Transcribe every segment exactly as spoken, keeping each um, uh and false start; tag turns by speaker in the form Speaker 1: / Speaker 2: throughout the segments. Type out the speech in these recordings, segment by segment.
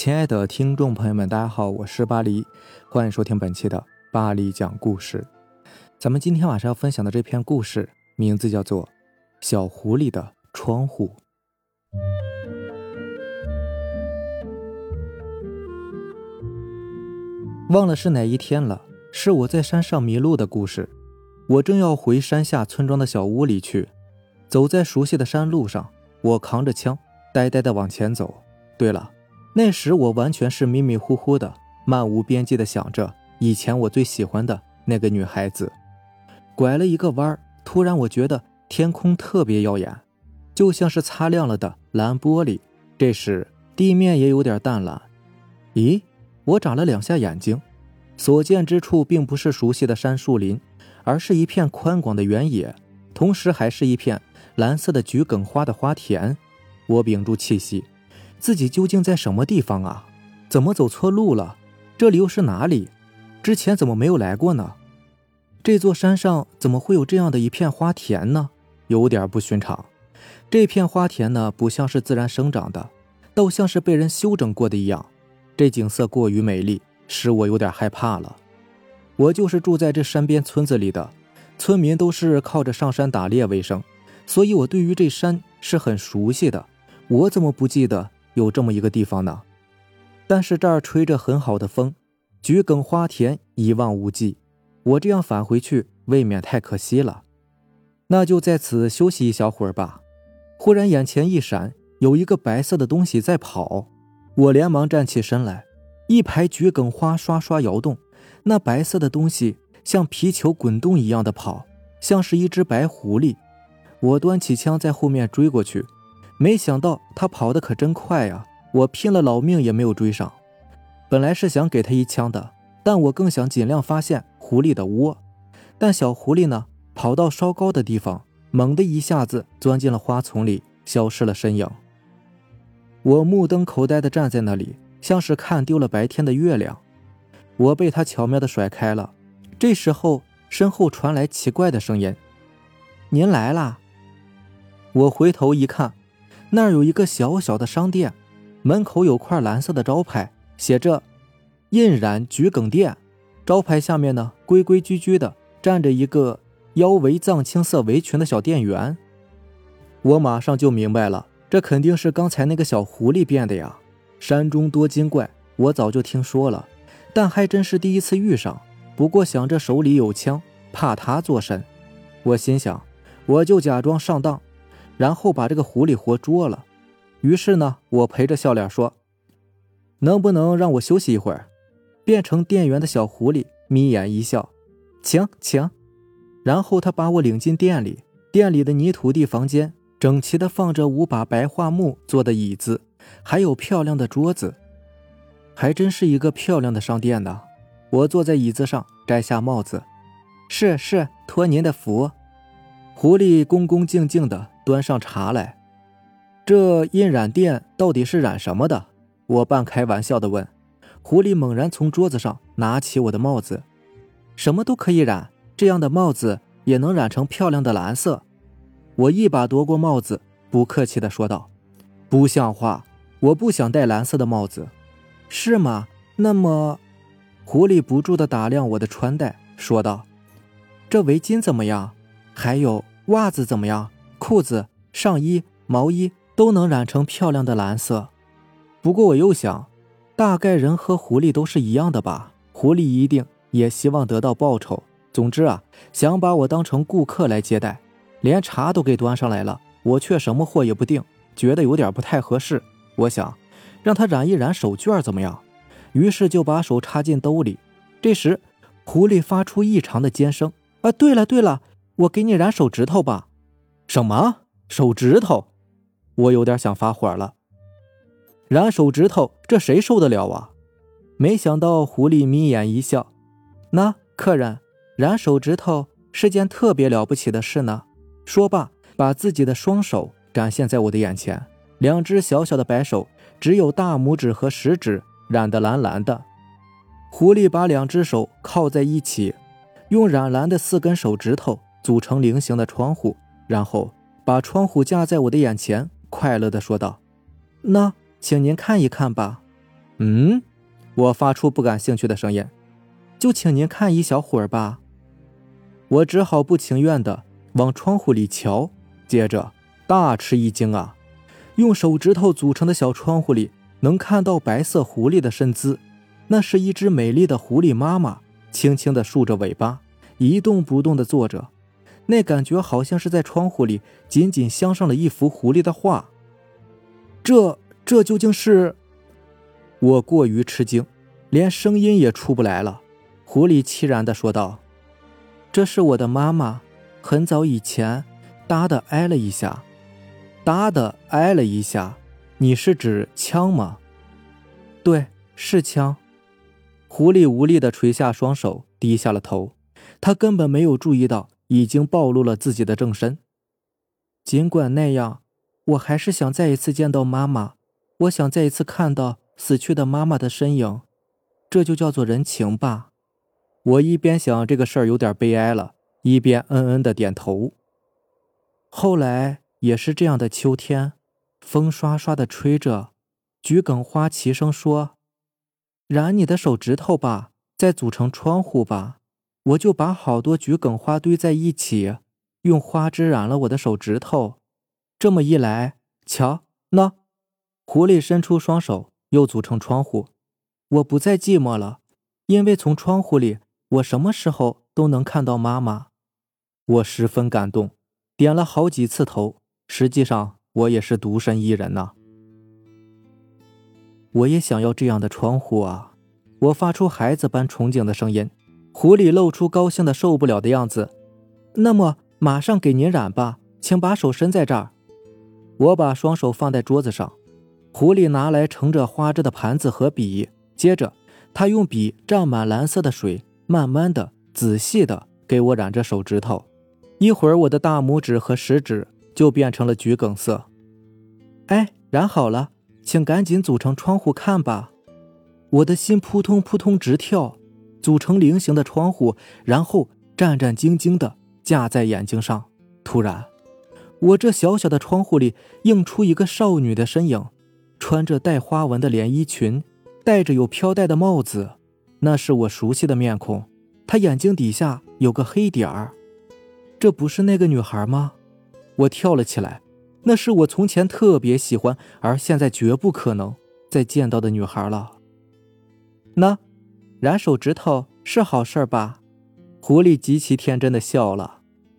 Speaker 1: 亲爱的听众朋友们，大家好，我是巴黎，欢迎收听本期的巴黎讲故事。咱们今天晚上要分享的这篇故事名字叫做《小狐狸的窗户》。忘了是哪一天了，是我在山上迷路的故事。我正要回山下村庄的小屋里去，走在熟悉的山路上，我扛着枪呆呆地往前走。对了，那时我完全是迷迷糊糊的，漫无边际地想着以前我最喜欢的那个女孩子。拐了一个弯，突然我觉得天空特别耀眼，就像是擦亮了的蓝玻璃。这时地面也有点淡蓝。咦，我眨了两下眼睛，所见之处并不是熟悉的山树林，而是一片宽广的原野，同时还是一片蓝色的桔梗花的花田。我屏住气息，自己究竟在什么地方啊？怎么走错路了？这里又是哪里？之前怎么没有来过呢？这座山上怎么会有这样的一片花田呢？有点不寻常。这片花田呢，不像是自然生长的，倒像是被人修整过的一样。这景色过于美丽，使我有点害怕了。我就是住在这山边村子里的，村民都是靠着上山打猎为生，所以我对于这山是很熟悉的。我怎么不记得有这么一个地方呢？但是这儿吹着很好的风，桔梗花田一望无际，我这样返回去未免太可惜了。那就在此休息一小会儿吧。忽然眼前一闪，有一个白色的东西在跑，我连忙站起身来，一排桔梗花刷刷摇动，那白色的东西像皮球滚动一样的跑，像是一只白狐狸。我端起枪在后面追过去，没想到他跑得可真快啊，我拼了老命也没有追上。本来是想给他一枪的，但我更想尽量发现狐狸的窝。但小狐狸呢，跑到稍高的地方，猛地一下子钻进了花丛里，消失了身影。我目瞪口呆地站在那里，像是看丢了白天的月亮。我被他巧妙地甩开了。这时候身后传来奇怪的声音：您来啦。我回头一看，那儿有一个小小的商店，门口有块蓝色的招牌，写着印染桔梗店。招牌下面呢，规规矩矩的站着一个腰围藏青色围裙的小店员。我马上就明白了，这肯定是刚才那个小狐狸变的呀。山中多精怪，我早就听说了，但还真是第一次遇上。不过想着手里有枪，怕他作甚。我心想，我就假装上当，然后把这个狐狸活捉了。于是呢，我陪着笑脸说，能不能让我休息一会儿？变成店员的小狐狸眯眼一笑，请请。然后他把我领进店里，店里的泥土地房间整齐地放着五把白桦木做的椅子，还有漂亮的桌子。还真是一个漂亮的商店呢。我坐在椅子上，摘下帽子，是是，托您的福。狐狸恭恭敬敬地端上茶来。这印染店到底是染什么的？我半开玩笑地问。狐狸猛然从桌子上拿起我的帽子，什么都可以染，这样的帽子也能染成漂亮的蓝色。我一把夺过帽子，不客气地说道，不像话，我不想戴蓝色的帽子。是吗？那么……狐狸不住地打量我的穿戴，说道，这围巾怎么样？还有袜子怎么样？裤子、上衣、毛衣都能染成漂亮的蓝色。不过我又想，大概人和狐狸都是一样的吧，狐狸一定也希望得到报酬。总之啊，想把我当成顾客来接待，连茶都给端上来了，我却什么货也不订，觉得有点不太合适。我想让他染一染手绢怎么样？于是就把手插进兜里。这时狐狸发出异常的尖声，啊，对了对了，我给你染手指头吧。什么？手指头？我有点想发火了。染手指头，这谁受得了啊？没想到狐狸眯眼一笑，那客人，染手指头是件特别了不起的事呢。说罢，把自己的双手展现在我的眼前，两只小小的白手，只有大拇指和食指染得蓝蓝的。狐狸把两只手靠在一起，用染蓝的四根手指头组成菱形的窗户，然后把窗户架在我的眼前，快乐地说道，那请您看一看吧。 嗯，我发出不感兴趣的声音。就请您看一小会儿吧。我只好不情愿地往窗户里瞧，接着大吃一惊啊！用手指头组成的小窗户里能看到白色狐狸的身姿，那是一只美丽的狐狸妈妈，轻轻地竖着尾巴，一动不动地坐着，那感觉好像是在窗户里紧紧镶上了一幅狐狸的画。这这究竟是……我过于吃惊，连声音也出不来了。狐狸凄然地说道：这是我的妈妈，很早以前搭的挨了一下。搭的挨了一下，你是指枪吗？对，是枪。狐狸无力地垂下双手，低下了头。他根本没有注意到已经暴露了自己的正身。尽管那样，我还是想再一次见到妈妈，我想再一次看到死去的妈妈的身影，这就叫做人情吧。我一边想这个事儿有点悲哀了，一边嗯嗯地点头。后来也是这样的秋天，风刷刷地吹着，桔梗花齐声说：染你的手指头吧，再组成窗户吧。我就把好多桔梗花堆在一起，用花枝染了我的手指头。这么一来，瞧，那狐狸伸出双手，又组成窗户。我不再寂寞了，因为从窗户里，我什么时候都能看到妈妈。我十分感动，点了好几次头。实际上，我也是独身一人呐、啊。我也想要这样的窗户啊！我发出孩子般憧憬的声音。狐狸露出高兴的受不了的样子。那么，马上给您染吧，请把手伸在这儿。我把双手放在桌子上，狐狸拿来盛着花枝的盘子和笔，接着他用笔蘸满蓝色的水，慢慢的、仔细的给我染着手指头。一会儿，我的大拇指和食指就变成了桔梗色。哎，染好了，请赶紧组成窗户看吧。我的心扑通扑通直跳，组成菱形的窗户，然后战战兢兢地架在眼睛上。突然，我这小小的窗户里映出一个少女的身影，穿着带花纹的连衣裙，戴着有飘带的帽子。那是我熟悉的面孔，她眼睛底下有个黑点儿。这不是那个女孩吗？我跳了起来，那是我从前特别喜欢，而现在绝不可能再见到的女孩了。那染手指头是好事吧？狐狸极其天真地笑了。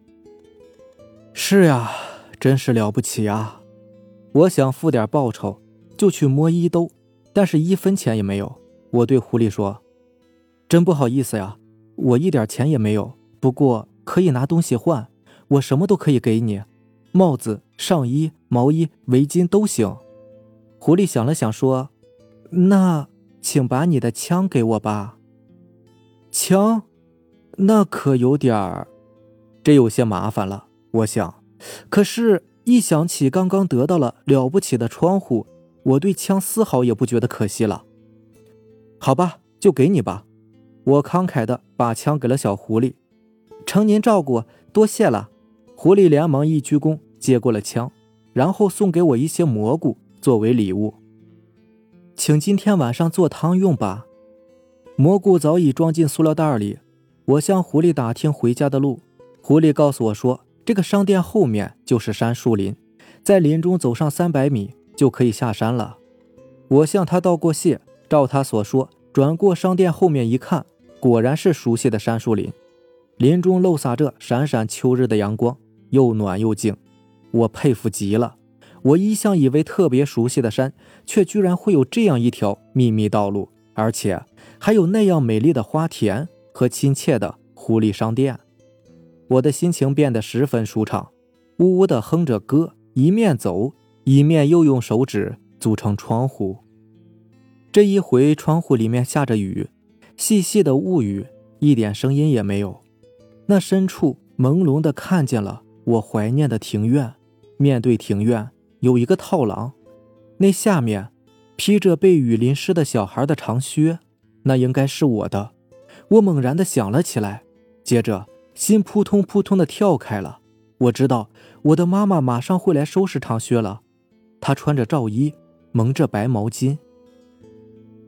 Speaker 1: 是呀，真是了不起啊！我想付点报酬，就去摸衣兜，但是一分钱也没有。我对狐狸说：真不好意思呀，我一点钱也没有，不过可以拿东西换，我什么都可以给你，帽子、上衣、毛衣、围巾都行。狐狸想了想说：那请把你的枪给我吧。枪？那可有点儿……这有些麻烦了，我想。可是，一想起刚刚得到了了不起的窗户，我对枪丝毫也不觉得可惜了。好吧，就给你吧。我慷慨地把枪给了小狐狸。承您照顾，多谢了。狐狸连忙一鞠躬，接过了枪，然后送给我一些蘑菇作为礼物。请今天晚上做汤用吧。蘑菇早已装进塑料袋里。我向狐狸打听回家的路，狐狸告诉我说，这个商店后面就是杉树林，在林中走上三百米就可以下山了。我向他道过谢，照他所说，转过商店后面一看，果然是熟悉的杉树林。林中漏洒着闪闪秋日的阳光，又暖又静，我佩服极了。我一向以为特别熟悉的山，却居然会有这样一条秘密道路，而且还有那样美丽的花田和亲切的狐狸商店。我的心情变得十分舒畅，呜呜地哼着歌，一面走，一面又用手指组成窗户。这一回窗户里面下着雨，细细的雾雨，一点声音也没有。那深处朦胧地看见了我怀念的庭院，面对庭院有一个套廊，那下面披着被雨淋湿的小孩的长靴，那应该是我的。我猛然地想了起来，接着心扑通扑通地跳开了。我知道我的妈妈马上会来收拾长靴了，她穿着罩衣，蒙着白毛巾。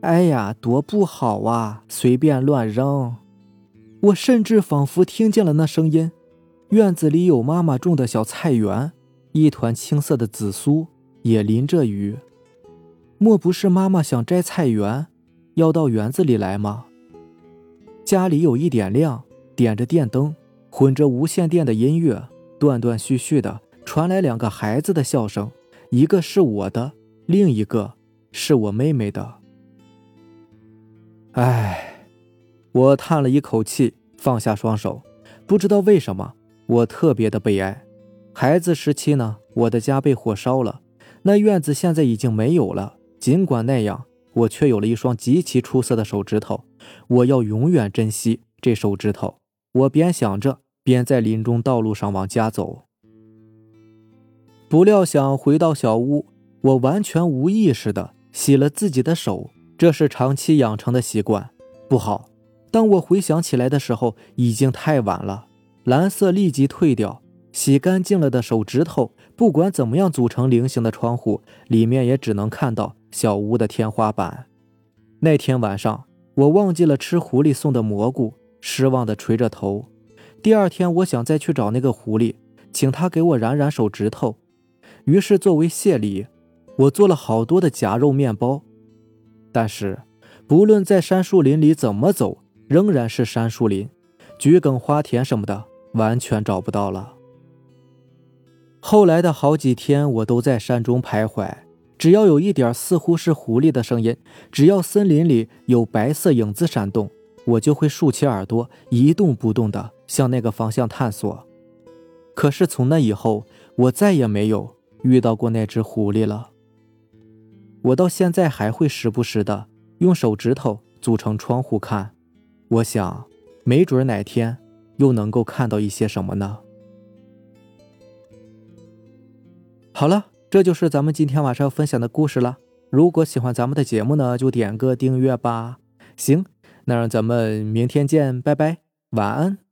Speaker 1: 哎呀，多不好啊，随便乱扔。我甚至仿佛听见了那声音，院子里有妈妈种的小菜园，一团青色的紫苏，也淋着雨。莫不是妈妈想摘菜园，要到园子里来吗？家里有一点亮，点着电灯，混着无线电的音乐，断断续续的传来两个孩子的笑声，一个是我的，另一个是我妹妹的。唉，我叹了一口气，放下双手。不知道为什么，我特别的悲哀。孩子时期呢，我的家被火烧了，那院子现在已经没有了。尽管那样，我却有了一双极其出色的手指头，我要永远珍惜这手指头。我边想着，边在林中道路上往家走。不料想回到小屋，我完全无意识地洗了自己的手，这是长期养成的习惯。不好，当我回想起来的时候，已经太晚了。蓝色立即退掉，洗干净了的手指头，不管怎么样组成菱形的窗户，里面也只能看到小屋的天花板。那天晚上，我忘记了吃狐狸送的蘑菇，失望地垂着头。第二天，我想再去找那个狐狸，请他给我染染手指头。于是作为谢礼，我做了好多的假肉面包。但是不论在杉树林里怎么走，仍然是杉树林，桔梗花田什么的完全找不到了。后来的好几天，我都在山中徘徊，只要有一点似乎是狐狸的声音，只要森林里有白色影子闪动，我就会竖起耳朵，一动不动地向那个方向探索。可是从那以后，我再也没有遇到过那只狐狸了。我到现在还会时不时的用手指头组成窗户看，我想没准哪天又能够看到一些什么呢？好了，这就是咱们今天晚上要分享的故事了。如果喜欢咱们的节目呢，就点个订阅吧。行，那让咱们明天见，拜拜，晚安。